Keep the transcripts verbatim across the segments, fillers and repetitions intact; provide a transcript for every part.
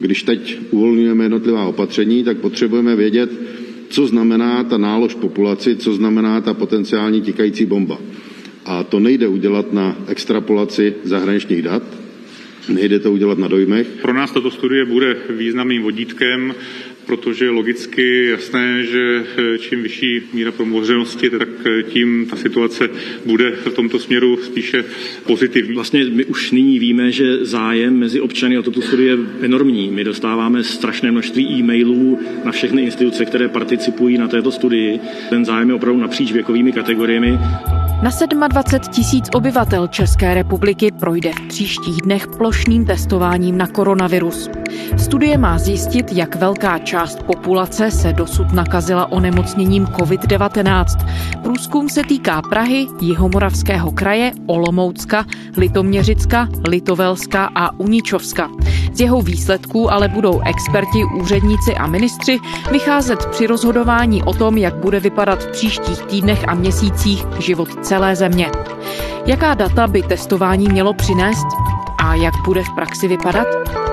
Když teď uvolňujeme jednotlivá opatření, tak potřebujeme vědět, co znamená ta nálož populaci, co znamená ta potenciální tikající bomba. A to nejde udělat na extrapolaci zahraničních dat, nejde to udělat na dojmech. Pro nás tato studie bude významným vodítkem, protože je logicky jasné, že čím vyšší míra promořenosti, tak tím ta situace bude v tomto směru spíše pozitivní. Vlastně my už nyní víme, že zájem mezi občany o tuto studii je enormní. My dostáváme strašné množství e-mailů na všechny instituce, které participují na této studii. Ten zájem je opravdu napříč věkovými kategoriemi. Na dvacet sedm tisíc obyvatel České republiky projde v příštích dnech plošným testováním na koronavirus. Studie má zjistit, jak velká část populace se dosud nakazila onemocněním covid devatenáct. Průzkum se týká Prahy, Jihomoravského kraje, Olomoucka, Litoměřicka, Litovelska a Uničovska. Z jeho výsledků ale budou experti, úředníci a ministři vycházet při rozhodování o tom, jak bude vypadat v příštích týdnech a měsících život celé země. Jaká data by testování mělo přinést a jak bude v praxi vypadat?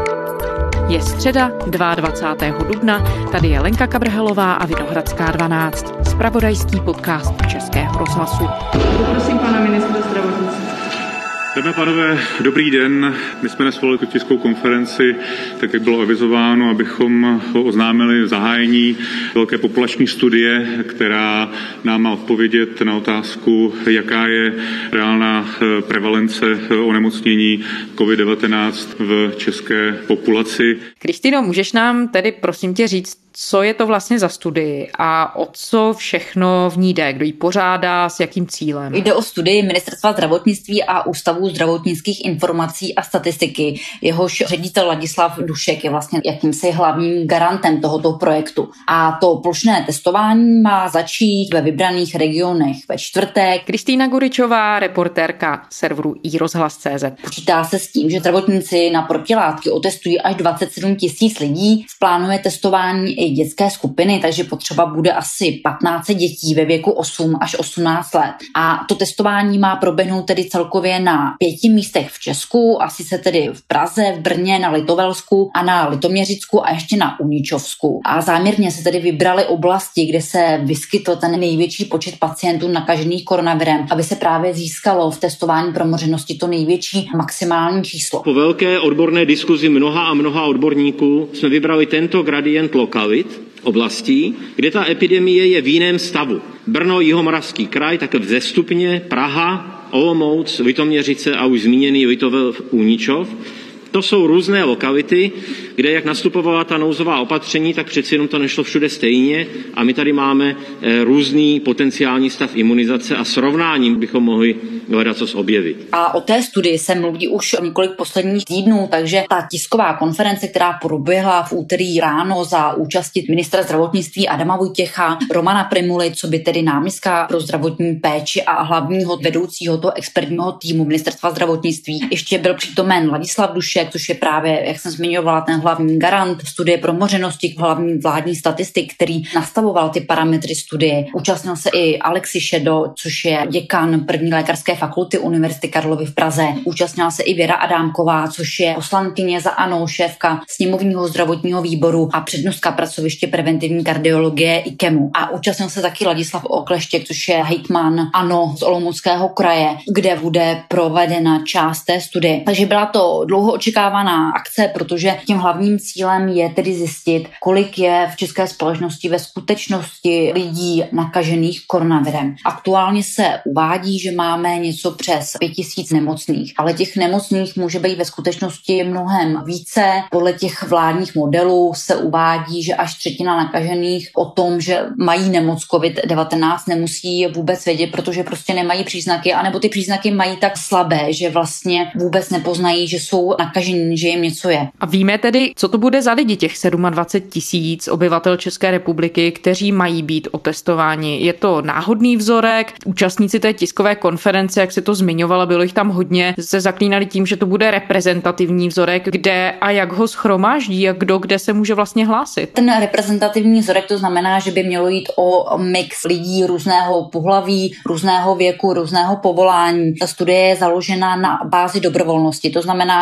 Je středa dvacátého druhého dubna, tady je Lenka Kabrhelová a Vinohradská dvanáct, zpravodajský podcast Českého rozhlasu. Poprosím pana ministra zdravotnictví. Dámy a pánové, dobrý den. My jsme nesvolali tu tiskovou konferenci, tak jak bylo avizováno, abychom oznámili zahájení velké populační studie, která nám má odpovědět na otázku, jaká je reálná prevalence onemocnění covid devatenáct v české populaci. Kristýno, můžeš nám tedy prosím tě říct, co je to vlastně za studii a o co všechno v ní jde, kdo ji pořádá, s jakým cílem? Jde o studii Ministerstva zdravotnictví a Ústavu zdravotnických informací a statistiky. Jehož ředitel Ladislav Dušek je vlastně jakýmsi hlavním garantem tohoto projektu. A to plošné testování má začít ve vybraných regionech ve čtvrtek. Kristýna Guričová, reportérka serveru i rozhlas tečka cé zet. Počítá se s tím, že zdravotníci na protilátky otestují až dvacet sedm tisíc lidí. Plánuje testování i dětské skupiny, takže potřeba bude asi patnáct dětí ve věku osm až osmnáct let. A to testování má proběhnout tedy celkově na pěti místech v Česku, asi se tedy v Praze, v Brně, na Litovelsku a na Litoměřicku a ještě na Uničovsku. A záměrně se tedy vybraly oblasti, kde se vyskytl ten největší počet pacientů nakažených koronavirem, aby se právě získalo v testování promořenosti to největší maximální číslo. Po velké odborné diskuzi mnoha a mnoha odborníků jsme vybrali tento gradient lokalit, oblastí, kde ta epidemie je v jiném stavu. Brno, Jihomoravský kraj, tak vzestupně, Praha, Olomouc, Litoměřice a už zmíněný Litovel, Uničov. To jsou různé lokality, kde jak nastupovala ta nouzová opatření, tak přeci jenom to nešlo všude stejně a my tady máme různý potenciální stav imunizace a srovnáním bychom mohli hledat co objevit. A o té studii se mluví už několik posledních týdnů, takže ta tisková konference, která proběhla v úterý ráno za účasti ministra zdravotnictví Adama Vojtěcha, Romana Prymuly, co by tedy náměstka pro zdravotní péči a hlavního vedoucího toho expertního týmu ministerstva zdravotnictví. Ještě byl přítomen Ladislav Dušek, což je právě, jak jsem zmiňovala, ten hlavní garant studie promořenosti, hlavní vládní statistik, který nastavoval ty parametry studie. Účastnil se i Alexi Šedo, což je děkan první lékařské fakulty Univerzity Karlovy v Praze. Účastnila se i Věra Adámková, což je poslankyně za ANO, šéfka sněmovního zdravotního výboru a přednostka pracoviště preventivní kardiologie I K E M U. A účastnil se taky Ladislav Okleštěk, což je hejtman ANO z Olomouckého kraje, kde bude provedena část té studie. Takže byla to dlouho očekávaná akce, protože tím hlavním cílem je tedy zjistit, kolik je v české společnosti ve skutečnosti lidí nakažených koronavirem. Aktuálně se uvádí, že máme něco přes pět tisíc nemocných, ale těch nemocných může být ve skutečnosti mnohem více. Podle těch vládních modelů se uvádí, že až třetina nakažených o tom, že mají nemoc covid devatenáct, nemusí vůbec vědět, protože prostě nemají příznaky, anebo ty příznaky mají tak slabé, že vlastně vůbec nepoznají, že jsou nakažení, že jim něco je. A víme tedy, co to bude za lidi, těch dvacet sedm tisíc obyvatel České republiky, kteří mají být otestováni. Je to náhodný vzorek? Účastníci té tiskové konference, jak se to zmiňovala, bylo jich tam hodně, se zaklínali tím, že to bude reprezentativní vzorek, kde a jak ho shromáždí a kdo kde se může vlastně hlásit. Ten reprezentativní vzorek to znamená, že by mělo jít o mix lidí různého pohlaví, různého věku, různého povolání. Ta studie je založena na bázi dobrovolnosti. To znamená, že každý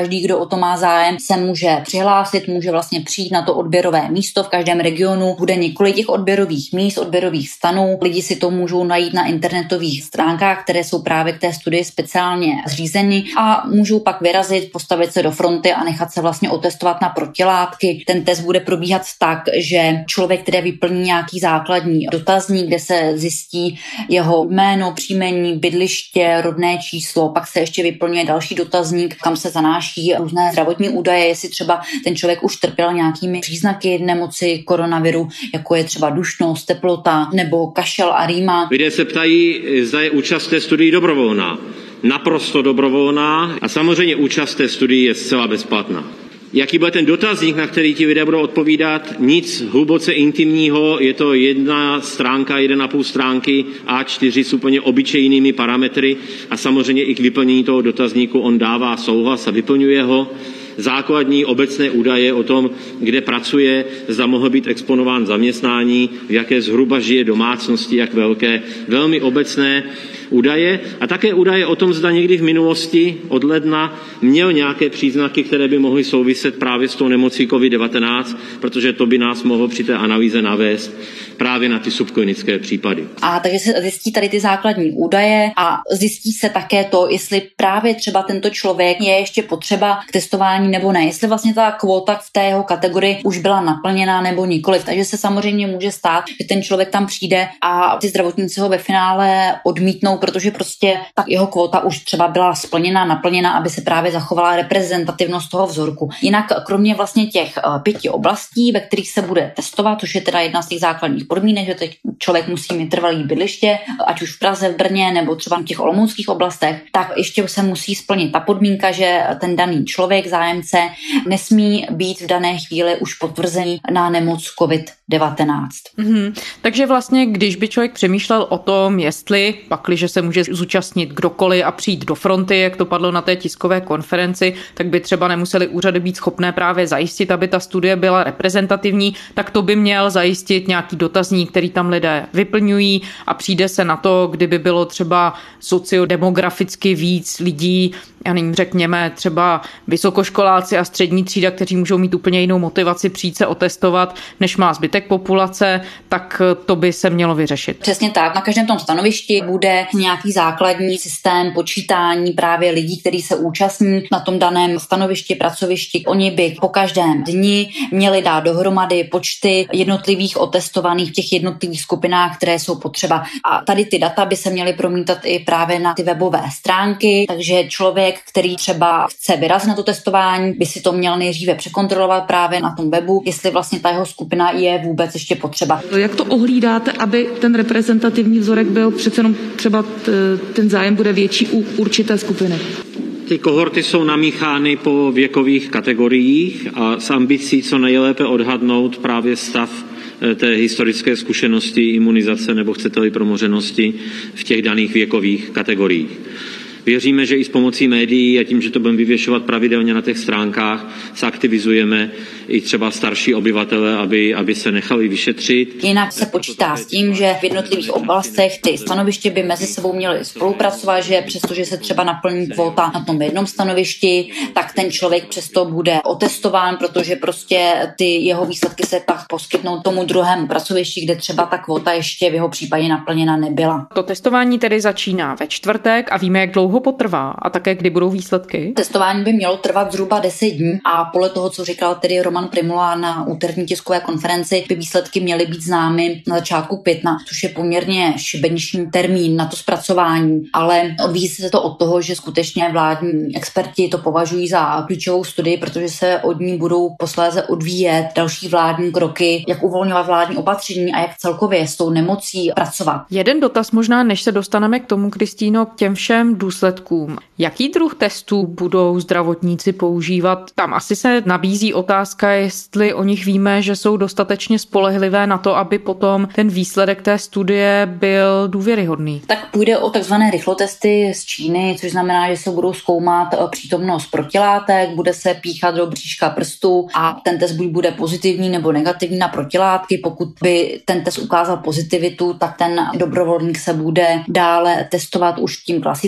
každý, kdo o to má zájem, se může přihlásit, může vlastně přijít na to odběrové místo. V každém regionu bude několik těch odběrových míst, odběrových stanů. Lidi si to můžou najít na internetových stránkách, které jsou právě k té studii speciálně zřízeny a můžou pak vyrazit, postavit se do fronty a nechat se vlastně otestovat na protilátky. Ten test bude probíhat tak, že člověk, který vyplní nějaký základní dotazník, kde se zjistí jeho jméno, příjmení, bydliště, rodné číslo, pak se ještě vyplňuje další dotazník, kam se zanáší různé zdravotní údaje, jestli třeba ten člověk už trpěl nějakými příznaky nemoci koronaviru, jako je třeba dušnost, teplota nebo kašel a rýma. Lidé se ptají, zda je účast té studii dobrovolná. Naprosto dobrovolná a samozřejmě účast té studii je zcela bezplatná. Jaký bude ten dotazník, na který ti lidé budou odpovídat? Nic hluboce intimního, je to jedna stránka, jeden a půl stránky á čtyři s úplně obyčejnými parametry a samozřejmě i k vyplnění toho dotazníku on dává souhlas a vyplňuje ho. Základní obecné údaje o tom, kde pracuje, zda mohl být exponován zaměstnání, v jaké zhruba žije domácnosti, jak velké, velmi obecné údaje a také údaje o tom, zda někdy v minulosti od ledna měl nějaké příznaky, které by mohly souviset právě s tou nemocí covid devatenáct, protože to by nás mohlo při té analýze navést právě na ty subklinické případy. A takže se zjistí tady ty základní údaje a zjistí se také to, jestli právě třeba tento člověk je ještě potřeba k testování nebo ne, jestli vlastně ta kvóta v té jeho kategorii už byla naplněná nebo nikoliv. Takže se samozřejmě může stát, že ten člověk tam přijde a ty zdravotníci ho ve finále odmítnou, protože prostě tak jeho kvóta už třeba byla splněna, naplněna, aby se právě zachovala reprezentativnost toho vzorku. Jinak kromě vlastně těch pěti oblastí, ve kterých se bude testovat, což je teda jedna z těch základních podmínek, že teď člověk musí mít trvalý bydliště, ať už v Praze, v Brně nebo třeba v těch olomouckých oblastech, tak ještě se musí splnit ta podmínka, že ten daný člověk, zájemce, nesmí být v dané chvíli už potvrzený na nemoc covid devatenáct. Mm-hmm. Takže vlastně, když by člověk přemýšlel o tom, jestli pakliže se může zúčastnit kdokoliv a přijít do fronty, jak to padlo na té tiskové konferenci, tak by třeba nemuseli úřady být schopné právě zajistit, aby ta studie byla reprezentativní, tak to by měl zajistit nějaký dotazník, který tam lidé vyplňují a přijde se na to, kdyby bylo třeba sociodemograficky víc lidí, já nevím, řekněme třeba vysokoškoláci a střední třída, kteří můžou mít úplně jinou motivaci přijít se otestovat, než má zbytek populace, tak to by se mělo vyřešit. Přesně tak. Na každém tom stanovišti bude nějaký základní systém počítání právě lidí, kteří se účastní na tom daném stanovišti, pracovišti. Oni by po každém dni měli dát dohromady počty jednotlivých otestovaných v těch jednotlivých skupinách, které jsou potřeba. A tady ty data by se měly promítat i právě na ty webové stránky, takže člověk, který třeba chce vyrazit na to testování, by si to měl nejdříve překontrolovat právě na tom webu, jestli vlastně ta jeho skupina je vůbec ještě potřeba. Jak to ohlídáte, aby ten reprezentativní vzorek byl přece jenom třeba ten zájem bude větší u určité skupiny? Ty kohorty jsou namíchány po věkových kategoriích a s ambicí co nejlépe odhadnout právě stav té historické zkušenosti, imunizace nebo chcete-li promořenosti v těch daných věkových kategoriích. Věříme, že i s pomocí médií a tím, že to budeme vyvěšovat pravidelně na těch stránkách, se aktivizujeme i třeba starší obyvatele, aby, aby se nechali vyšetřit. Jinak se počítá s tím, že v jednotlivých oblastech ty stanoviště by mezi sebou měly spolupracovat, že přestože se třeba naplní kvóta na tom jednom stanovišti, tak ten člověk přesto bude otestován, protože prostě ty jeho výsledky se pak poskytnou tomu druhému pracovišti, kde třeba ta kvóta ještě v jeho případě naplněna nebyla. To testování tedy začíná ve čtvrtek a víme, jak dlouho potrvá a také kdy budou výsledky? Testování by mělo trvat zhruba deset dní a podle toho, co říkal tedy Roman Prymula na úterní tiskové konferenci, by výsledky měly být známy na začátku května, což je poměrně šibeniční termín na to zpracování, ale odvíjí se to od toho, že skutečně vládní experti to považují za klíčovou studii, protože se od ní budou posléze odvíjet další vládní kroky, jak uvolňovat vládní opatření a jak celkově s tou nemocí pracovat. Jeden dotaz možná, než se dostaneme k tomu, Kristýno, k těm všem důsledkům. Jaký druh testů budou zdravotníci používat? Tam asi se nabízí otázka, jestli o nich víme, že jsou dostatečně spolehlivé na to, aby potom ten výsledek té studie byl důvěryhodný. Tak půjde o takzvané rychlotesty z Číny, což znamená, že se budou zkoumat přítomnost protilátek, bude se píchat do bříška prstu a ten test buď bude pozitivní nebo negativní na protilátky. Pokud by ten test ukázal pozitivitu, tak ten dobrovolník se bude dále testovat už tím klasickým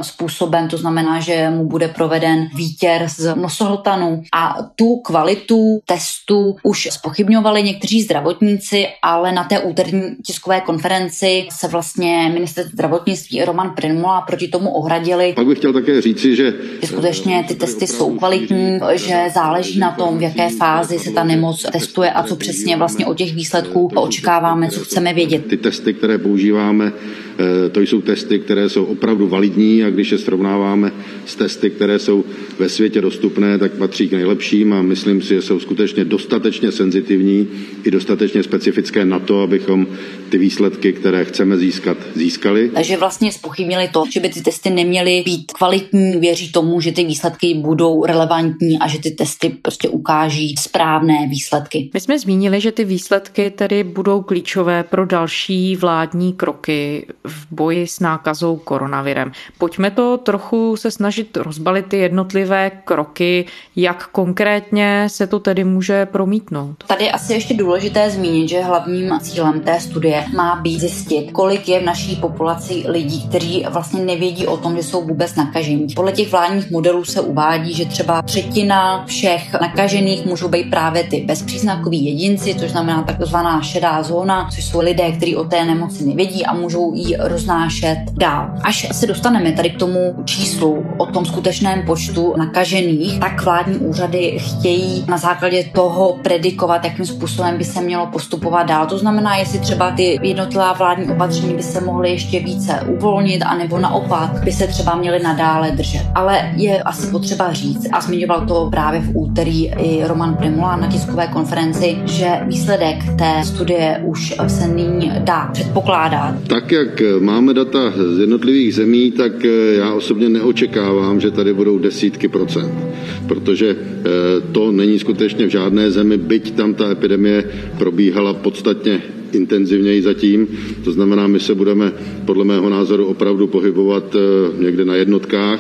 způsobem, to znamená, že mu bude proveden výtěr z nosohltanu a tu kvalitu testu už zpochybňovali někteří zdravotníci, ale na té úterní tiskové konferenci se vlastně ministr zdravotnictví Roman Prymula proti tomu ohradili. Pak bych chtěl také říci, že skutečně ty testy jsou kvalitní, že záleží na tom, v jaké fázi se ta nemoc testuje a co přesně vlastně od těch výsledků očekáváme, co chceme vědět. Ty testy, které používáme, to jsou testy, které jsou opravdu validní a když je srovnáváme s testy, které jsou ve světě dostupné, tak patří k nejlepším a myslím si, že jsou skutečně dostatečně senzitivní i dostatečně specifické na to, abychom ty výsledky, které chceme získat, získali. Takže vlastně zpochybnili to, že by ty testy neměly být kvalitní, věří tomu, že ty výsledky budou relevantní a že ty testy prostě ukáží správné výsledky. My jsme zmínili, že ty výsledky tedy budou klíčové pro další vládní kroky v boji s nákazou koronavirem. Pojďme to trochu se snažit rozbalit ty jednotlivé kroky, jak konkrétně se to tedy může promítnout. Tady je asi ještě důležité zmínit, že hlavním cílem té studie má být zjistit, kolik je v naší populaci lidí, kteří vlastně nevědí o tom, že jsou vůbec nakažení. Podle těch vládních modelů se uvádí, že třeba třetina všech nakažených můžou být právě ty bezpříznakoví jedinci, což znamená takzvaná šedá zóna, což jsou lidé, kteří o té nemoci nevědí a můžou ji roznášet dál. Až se dostaneme tady k tomu číslu o tom skutečném počtu nakažených, tak vládní úřady chtějí na základě toho predikovat, jakým způsobem by se mělo postupovat dál. To znamená, jestli třeba ty jednotlivá vládní opatření by se mohly ještě více uvolnit, anebo naopak by se třeba měly nadále držet. Ale je asi potřeba říct, a zmiňoval to právě v úterý i Roman Prymula na tiskové konferenci, že výsledek té studie už se nyní dá předpokládat. Tak, jak máme data z jednotlivých zemí, tak já osobně neočekávám, že tady budou desítky procent, protože to není skutečně v žádné zemi, byť tam ta epidemie probíhala podstatně intenzivněji zatím. To znamená, my se budeme podle mého názoru opravdu pohybovat někde na jednotkách.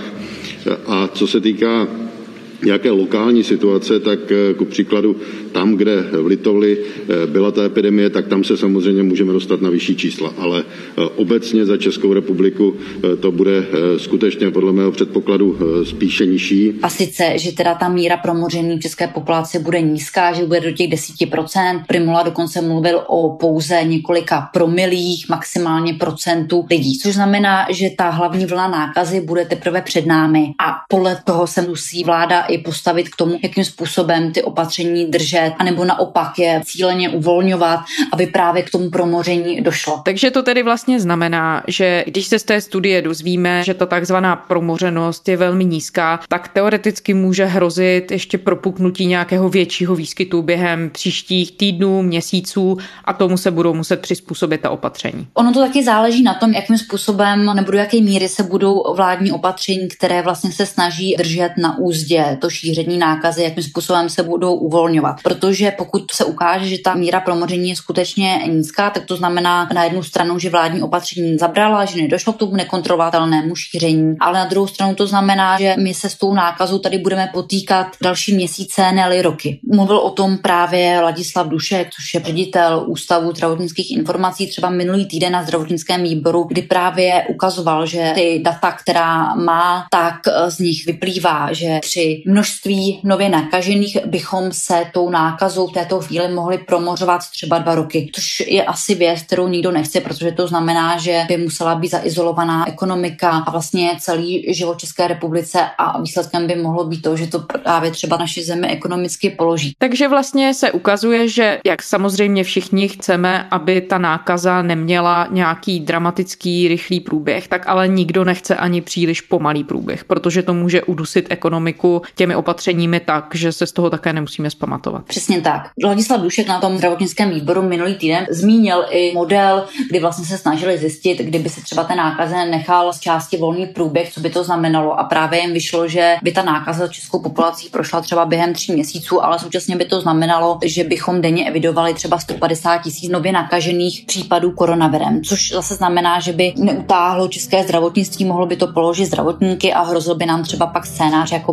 A co se týká nějaké lokální situace, tak ku příkladu tam, kde v Litovli byla ta epidemie, tak tam se samozřejmě můžeme dostat na vyšší čísla. Ale obecně za Českou republiku to bude skutečně podle mého předpokladu spíše nižší. A sice, že teda ta míra promoření v české populaci bude nízká, že bude do těch deseti procent. Prymula dokonce mluvil o pouze několika promilích, maximálně procentu lidí, což znamená, že ta hlavní vlna nákazy bude teprve před námi a podle toho se musí vláda i postavit k tomu, jakým způsobem ty opatření držet, anebo naopak je cíleně uvolňovat, aby právě k tomu promoření došlo. Takže to tedy vlastně znamená, že když se z té studie dozvíme, že ta takzvaná promořenost je velmi nízká, tak teoreticky může hrozit ještě propuknutí nějakého většího výskytu během příštích týdnů, měsíců a tomu se budou muset přizpůsobit ta opatření. Ono to taky záleží na tom, jakým způsobem nebo do jaké míry se budou vládní opatření, které vlastně se snaží držet na úzdě to šíření nákazy, jakým způsobem se budou uvolňovat. Protože pokud se ukáže, že ta míra promoření je skutečně nízká, tak to znamená na jednu stranu, že vládní opatření zabrala, že nedošlo k tomu nekontrolovatelnému šíření, ale na druhou stranu to znamená, že my se s tou nákazou tady budeme potýkat další měsíce, ne-li roky. Mluvil o tom právě Ladislav Dušek, což je ředitel Ústavu zdravotnických informací, třeba minulý týden na zdravotnickém výboru, kdy právě ukazoval, že ty data, která má, tak z nich vyplývá, že při množství nově nakažených bychom se tou nákazou v této chvíli mohli promořovat třeba dva roky, což je asi věc, kterou nikdo nechce, protože to znamená, že by musela být zaizolovaná ekonomika a vlastně celý život České republice a výsledkem by mohlo být to, že to právě třeba naši zemi ekonomicky položí. Takže vlastně se ukazuje, že jak samozřejmě všichni chceme, aby ta nákaza neměla nějaký dramatický, rychlý průběh, tak ale nikdo nechce ani příliš pomalý průběh, protože to může udusit ekonomiku těmi opatřeními tak, že se z toho také nemusíme zpamatovat. Přesně tak. Ladislav Dušek na tom zdravotnickém výboru minulý týden zmínil i model, kdy vlastně se snažili zjistit, kdyby se třeba ten nákaze nechal z části volný průběh, co by to znamenalo. A právě jim vyšlo, že by ta nákaza českou populací prošla třeba během tří měsíců, ale současně by to znamenalo, že bychom denně evidovali třeba sto padesát tisíc nově nakažených případů koronavirem, což zase znamená, že by neutáhlo české zdravotnictví, mohlo by to položit zdravotníky a hrozil by nám třeba pak scénář, jako by byl v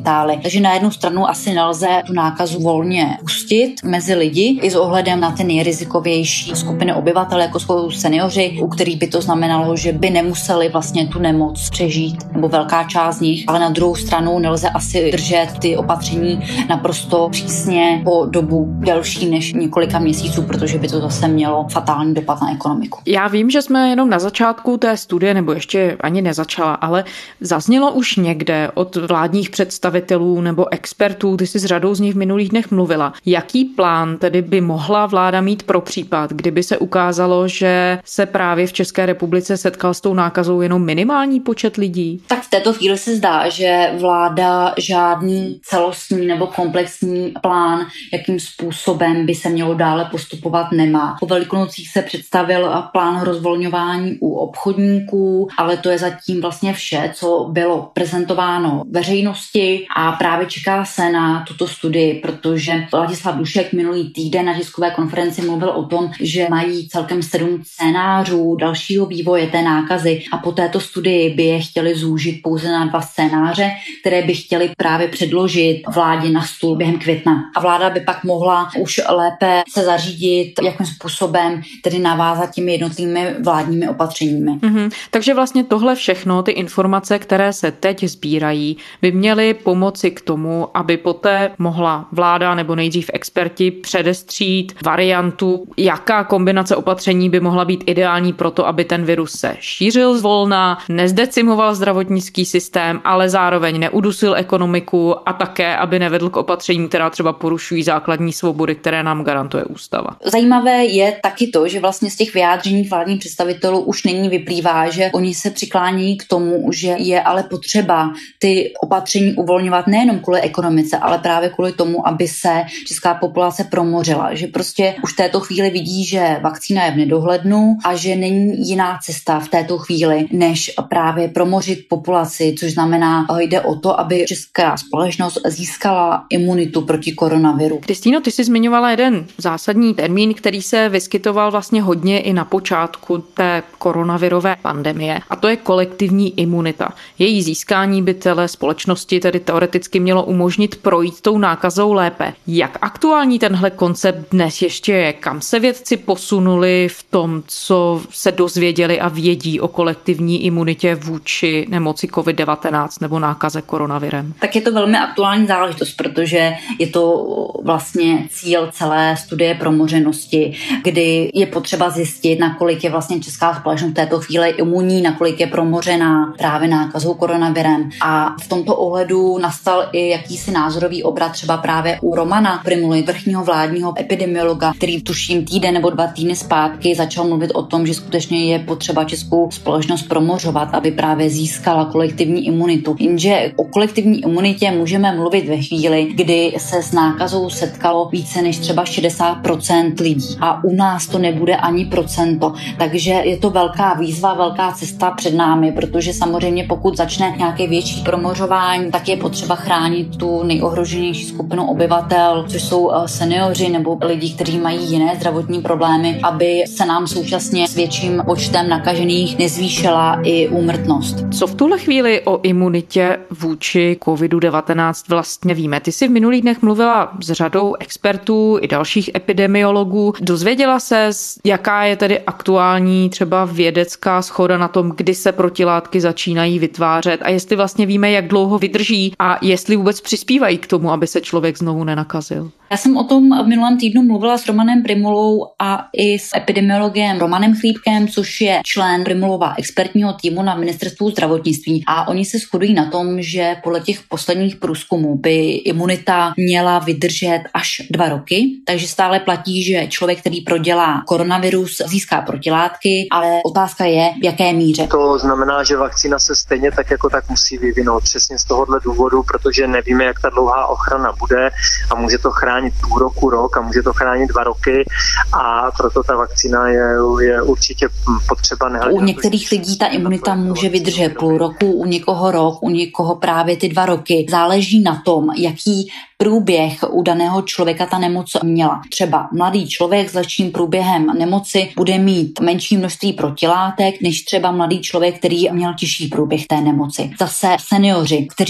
Itálii. Takže na jednu stranu asi nelze tu nákazu volně pustit mezi lidi i s ohledem na ty nejrizikovější skupiny obyvatel, jako jsou seniori, u kterých by to znamenalo, že by nemuseli vlastně tu nemoc přežít, nebo velká část z nich, ale na druhou stranu nelze asi držet ty opatření naprosto přísně po dobu delší než několika měsíců, protože by to zase mělo fatální dopad na ekonomiku. Já vím, že jsme jenom na začátku té studie, nebo ještě ani nezačala, ale zaznělo už někde od vládních představitelů nebo expertů, ty jsi s řadou z nich v minulých dnech mluvila. Jaký plán tedy by mohla vláda mít pro případ, kdyby se ukázalo, že se právě v České republice setkal s tou nákazou jenom minimální počet lidí? Tak v této chvíli se zdá, že vláda žádný celostní nebo komplexní plán, jakým způsobem by se mělo dále postupovat, nemá. Po Velikonocích se představil plán rozvolňování u obchodníků, ale to je zatím vlastně vše, co bylo prezentováno veřejnosti a právě čeká se na tuto studii, protože Ladislav Dušek minulý týden na tiskové konferenci mluvil o tom, že mají celkem sedm scénářů dalšího vývoje té nákazy a po této studii by je chtěli zúžit pouze na dva scénáře, které by chtěli právě předložit vládě na stůl během května. A vláda by pak mohla už lépe se zařídit, jakým způsobem tedy navázat těmi jednotlivými vládními opatřeními. Mm-hmm. Takže vlastně tohle všechno, ty informace, které se teď sbírají, by měly pomoci k tomu, aby poté mohla vláda nebo nejdřív experti předestřít variantu, jaká kombinace opatření by mohla být ideální pro to, aby ten virus se šířil zvolna, nezdecimoval zdravotnický systém, ale zároveň neudusil ekonomiku a také, aby nevedl k opatřením, která třeba porušují základní svobody, které nám garantuje ústava. Zajímavé je taky to, že vlastně z těch vyjádření vládních představitelů už nyní vyplývá, že oni se přiklání k tomu, že je ale potřeba ty opatření uvolňovat nejenom kvůli ekonomice, ale právě kvůli tomu, aby se česká populace promořila. Že prostě už v této chvíli vidí, že vakcína je v nedohlednu a že není jiná cesta v této chvíli, než právě promořit populaci, což znamená, jde o to, aby česká společnost získala imunitu proti koronaviru. Kristýno, ty jsi zmiňovala jeden zásadní termín, který se vyskytoval vlastně hodně i na počátku té koronavirové pandemie, a to je kolektivní imunita. Její získání by celé společnosti tedy teoreticky mělo umožnit projít tou nákazou lépe. Jak aktuální tenhle koncept dnes ještě je? Kam se vědci posunuli v tom, co se dozvěděli a vědí o kolektivní imunitě vůči nemoci covid devatenáct nebo nákaze koronavirem? Tak je to velmi aktuální záležitost, protože je to vlastně cíl celé studie promořenosti, kdy je potřeba zjistit, nakolik je vlastně česká společnost v této chvíli imunní, nakolik je promořená právě nákazou koronavirem. A v tomto ohledu nastal i jakýsi názorový obrat třeba právě u Romana Prymuly, vrchního vládního epidemiologa, který tuším týden nebo dva týdny zpátky začal mluvit o tom, že skutečně je potřeba českou společnost promořovat, aby právě získala kolektivní imunitu. Jenže o kolektivní imunitě můžeme mluvit ve chvíli, kdy se s nákazou setkalo více než třeba šedesát procent lidí. A u nás to nebude ani procento. Takže je to velká výzva, velká cesta před námi, protože samozřejmě pokud začne nějaké větší promořování, tak je potřeba chránit tu nejohroženější skupinu obyvatel, což jsou seniori nebo lidi, kteří mají jiné zdravotní problémy, aby se nám současně s větším počtem nakažených nezvýšila i úmrtnost. Co v tuhle chvíli o imunitě vůči covid devatenáct vlastně víme? Ty jsi v minulých dnech mluvila s řadou expertů i dalších epidemiologů. Dozvěděla se, jaká je tedy aktuální třeba vědecká shoda na tom, kdy se protilátky začínají vytvářet a jestli vlastně víme, jak dlouho vydrží a jestli vůbec přispívají k tomu, aby se člověk znovu nenakazil? Já jsem o tom v minulém týdnu mluvila s Romanem Prymulou a i s epidemiologem Romanem Chlípkem, což je člen Prymulova expertního týmu na ministerstvu zdravotnictví. A oni se shodují na tom, že podle těch posledních průzkumů by imunita měla vydržet až dva roky. Takže stále platí, že člověk, který prodělá koronavirus, získá protilátky, ale otázka je, v jaké míře. To znamená, že vakcína se stejně tak jako tak musí vyvinout. Přesně z tohohle důvodu, protože nevíme, jak ta dlouhá ochrana bude a může to chránit půl roku, rok a může to chránit dva roky a proto ta vakcína je, je určitě potřeba nehledat. U některých lidí ta imunita může vydržet půl roku, u někoho rok, u někoho právě ty dva roky. Záleží na tom, jaký průběh u daného člověka ta nemoc měla. Třeba mladý člověk s lehčím průběhem nemoci bude mít menší množství protilátek, než třeba mladý člověk, který měl těžší průběh té nemoci. Zase seniori, kteří měli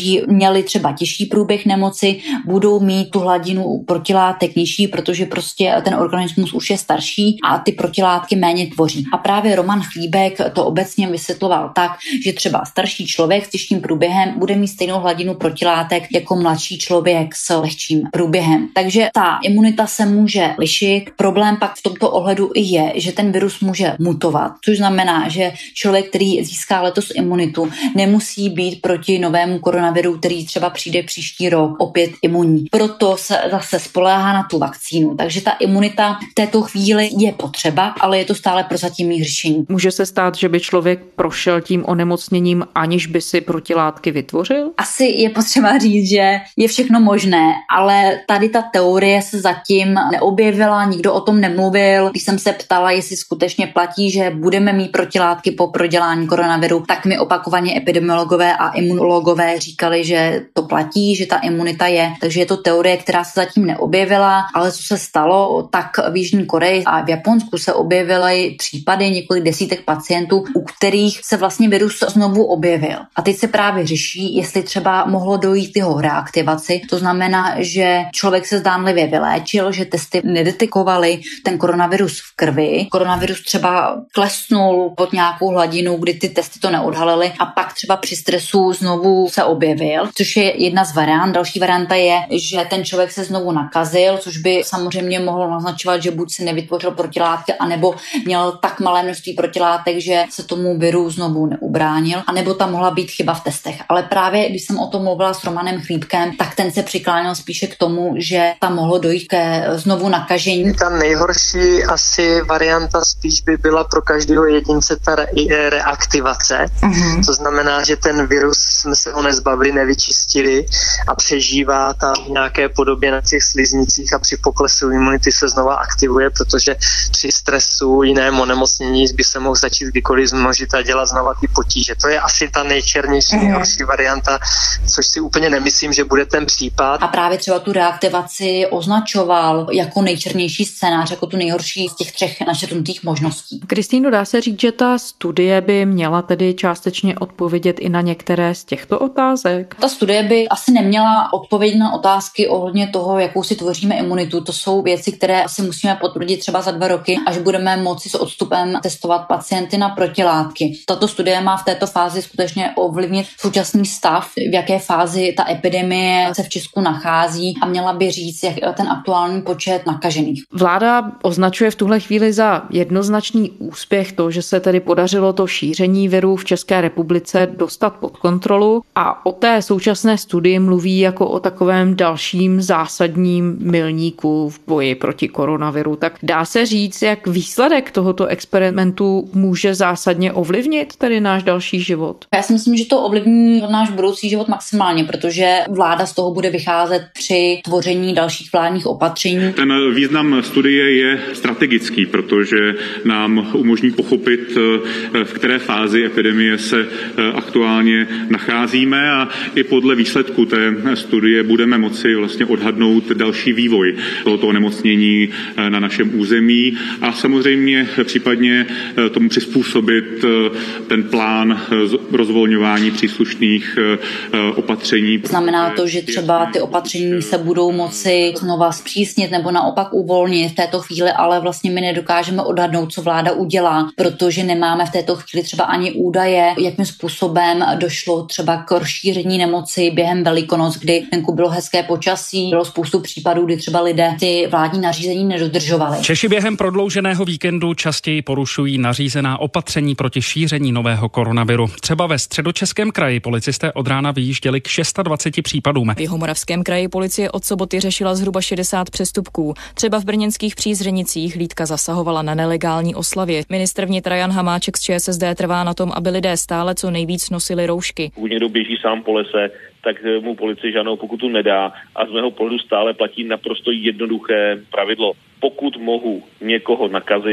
měli třeba těžší průběh nemoci, budou mít tu hladinu protilátek nižší, protože prostě ten organismus už je starší a ty protilátky méně tvoří. A právě Roman Chlíbek to obecně vysvětloval tak, že třeba starší člověk s těžkým průběhem bude mít stejnou hladinu protilátek jako mladší člověk s lehčím průběhem. Takže ta imunita se může lišit. Problém pak v tomto ohledu i je, že ten virus může mutovat, což znamená, že člověk, který získá letos imunitu, nemusí být proti novému koronaviru, který třeba přijde příští rok, opět imunní. Proto se zase spoléhá na tu vakcínu. Takže ta imunita v této chvíli je potřeba, ale je to stále prozatímní řešení. Může se stát, že by člověk prošel tím onemocněním, aniž by si protilátky vytvořil? Asi je potřeba říct, že je všechno možné, ale tady ta teorie se zatím neobjevila, nikdo o tom nemluvil. Když jsem se ptala, jestli skutečně platí, že budeme mít protilátky po prodělání koronaviru, tak mi opakovaně epidemiologové a imunologové říkali, že to platí, že ta imunita je. Takže je to teorie, která se zatím neobjevila, ale co se stalo, tak v Jižní Koreji a v Japonsku se objevily případy několik desítek pacientů, u kterých se vlastně virus znovu objevil. A teď se právě řeší, jestli třeba mohlo dojít k jeho reaktivaci. To znamená, že člověk se zdánlivě vyléčil, že testy nedetikovaly ten koronavirus v krvi. Koronavirus třeba klesnul pod nějakou hladinu, kdy ty testy to neodhalily a pak třeba při stresu znovu se objevil, což je jedna z variant. Další varianta je, že ten člověk se znovu nakazil, což by samozřejmě mohlo naznačovat, že buď se nevytvořil protilátky, anebo měl tak malé množství protilátek, že se tomu viru znovu neubránil, anebo tam mohla být chyba v testech. Ale právě když jsem o tom mluvila s Romanem Chlíbkem, tak ten se přikláněl spíše k tomu, že tam mohlo dojít ke znovu nakažení. Ta nejhorší asi varianta spíš by byla pro každého jedince ta re- reaktivace. Uh-huh. To znamená, že ten virus jsme se ho nezbavili, nevyčistili a přežívá tam v nějaké podobě na těch sliznicích a při poklesu imunity se znova aktivuje, protože při stresu jiném onemocnění by se mohl začít kdykoliv zmnožit a dělat znova ty potíže. To je asi ta nejčernější, uh-huh. nejhorší varianta, což si úplně nemyslím, že bude ten případ. A právě třeba tu reaktivaci označoval jako nejčernější scénář, jako tu nejhorší z těch třech načrtnutých možností. Kristýno, dá se říct, že ta studie by měla tedy částečně odpovědět i na některé z těchto otázek? Ta studie by asi neměla odpovědět na otázky ohledně toho, jakou si tvoříme imunitu. To jsou věci, které asi musíme potvrdit třeba za dva roky, až budeme moci s odstupem testovat pacienty na protilátky. Tato studie má v této fázi skutečně ovlivnit současný stav, v jaké fázi ta epidemie se v Česku nachází a měla by říct, jak ten aktuální počet nakažených. Vláda označuje v tuhle chvíli za jednoznačný úspěch to, že se tedy podařilo to šíření viru v České republice dostat pod kontrolu a o té současné studii mluví jako o takovém dalším zásadním milníku v boji proti koronaviru. Tak dá se říct, jak výsledek tohoto experimentu může zásadně ovlivnit tedy náš další život? Já si myslím, že to ovlivní náš budoucí život maximálně, protože vláda z toho bude vycházet při tvoření dalších vládních opatření. Ten význam studie je strategický, protože nám umožní pochopit, v které fázi epidemie se aktuálně nacházíme a i podle výsledku té studie budeme moci vlastně odhadnout další vývoj tohoto onemocnění na našem území a samozřejmě případně tomu přizpůsobit ten plán rozvolňování příslušných opatření. Znamená to, že třeba ty opatření se budou moci znova zpřísnit nebo naopak uvolnit v této chvíli, ale vlastně my nedokážeme odhadnout, co vláda udělá, protože nemáme v této chvíli třeba ani údaje, jakým způsobem došlo třeba k rozšíření nemoci během Velikonoc, kdy venku bylo hezké počasí, bylo spoustu případů, kdy třeba lidé ty vládní nařízení nedodržovali. Češi během prodlouženého víkendu častěji porušují nařízená opatření proti šíření nového koronaviru. Třeba ve Středočeském kraji policisté od rána vyjížděli k dvaceti šesti případům. V Jihomoravském kraji policie od soboty řešila zhruba šedesát přestupků. Třeba v brněnských Přízřenicích hlídka zasahovala na nelegální oslavě. Ministr vnitra Jan Hamáček z ČSSD trvá na tom, aby lidé stále co nejvíc nosili roušky. Pokud někdo běží sám po lese, tak mu policie žádnou pokutu nedá a z mého pohledu stále platí naprosto jednoduché pravidlo. Pokud mohu někoho nakazit,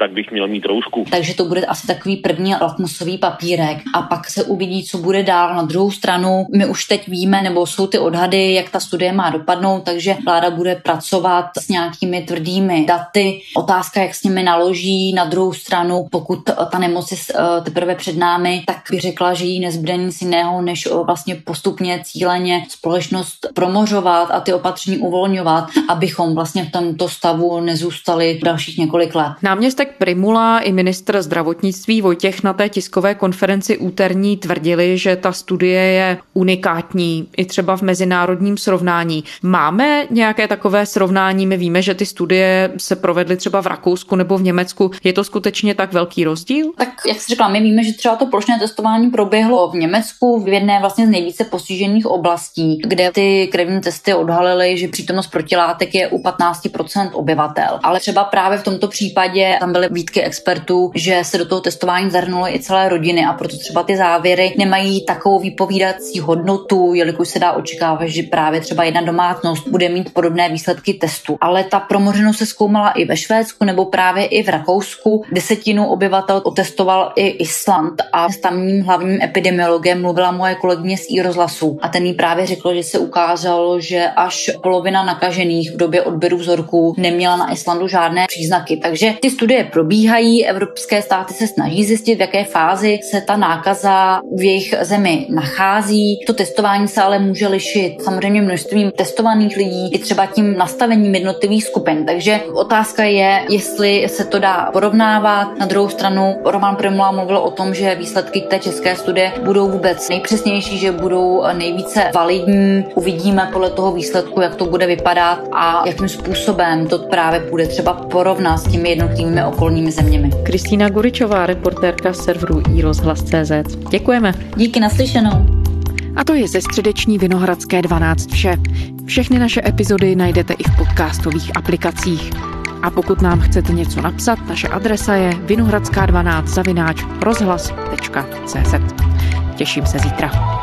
tak bych měl mít roušku. Takže to bude asi takový první lakmusový papírek a pak se uvidí, co bude dál. Na druhou stranu my už teď víme, nebo jsou ty odhady, jak ta studie má dopadnout, takže vláda bude pracovat s nějakými tvrdými daty. Otázka, jak s nimi naloží. Na druhou stranu, pokud ta nemoc je teprve před námi, tak bych řekla, že jí nezbyde nic jiného, než vlastně postupně cíleně společnost promořovat a ty opatření uvolňovat, abychom vlastně v tomto stavu nezůstali dalších několik let. Náměstek Prymula i ministr zdravotnictví Vojtěch na té tiskové konferenci úterní tvrdili, že ta studie je unikátní i třeba v mezinárodním srovnání. Máme nějaké takové srovnání? My víme, že ty studie se provedly třeba v Rakousku nebo v Německu. Je to skutečně tak velký rozdíl? Tak jak jsi řekla, my víme, že třeba to plošné testování proběhlo v Německu, v jedné vlastně z nejvíce postižených oblastí, kde ty krevní testy odhalily, že přítomnost protilátek je u patnáct procent obyvatel. Ale třeba právě v tomto případě tam byly výtky expertů, že se do toho testování zahrnuly i celé rodiny a proto třeba ty závěry nemají takovou výpovídací hodnotu, jelikož se dá očekávat, že právě třeba jedna domácnost bude mít podobné výsledky testu. Ale ta promořenost se zkoumala i ve Švédsku nebo právě i v Rakousku. Desetinu obyvatel otestoval i Island a s tamním hlavním epidemiologem mluvila moje kolegyně z iRozhlasu a ten jí právě řekl, že se ukázalo, že až polovina nakažených v době odběru vzorků neměla na Islandu žádné příznaky. Takže ty studie probíhají, evropské státy se snaží zjistit, v jaké fázi se ta nákaza v jejich zemi nachází. To testování se ale může lišit samozřejmě množstvím testovaných lidí i třeba tím nastavením jednotlivých skupin. Takže otázka je, jestli se to dá porovnávat. Na druhou stranu Roman Prymula mluvil o tom, že výsledky té české studie budou vůbec nejpřesnější, že budou nejvíce validní. Uvidíme podle toho výsledku, jak to bude vypadat a jakým způsobem to právě bude třeba porovnat s těmi jednotlivými okolními zeměmi. Kristýna Guričová, reportérka serveru iRozhlas tečka cé zet. Děkujeme. Díky, naslyšenou. A to je ze středeční Vinohradské dvanáct vše. Všechny naše epizody najdete i v podcastových aplikacích. A pokud nám chcete něco napsat, naše adresa je vinohradská dvanáct zavináč rozhlas tečka cé zet. Těším se zítra.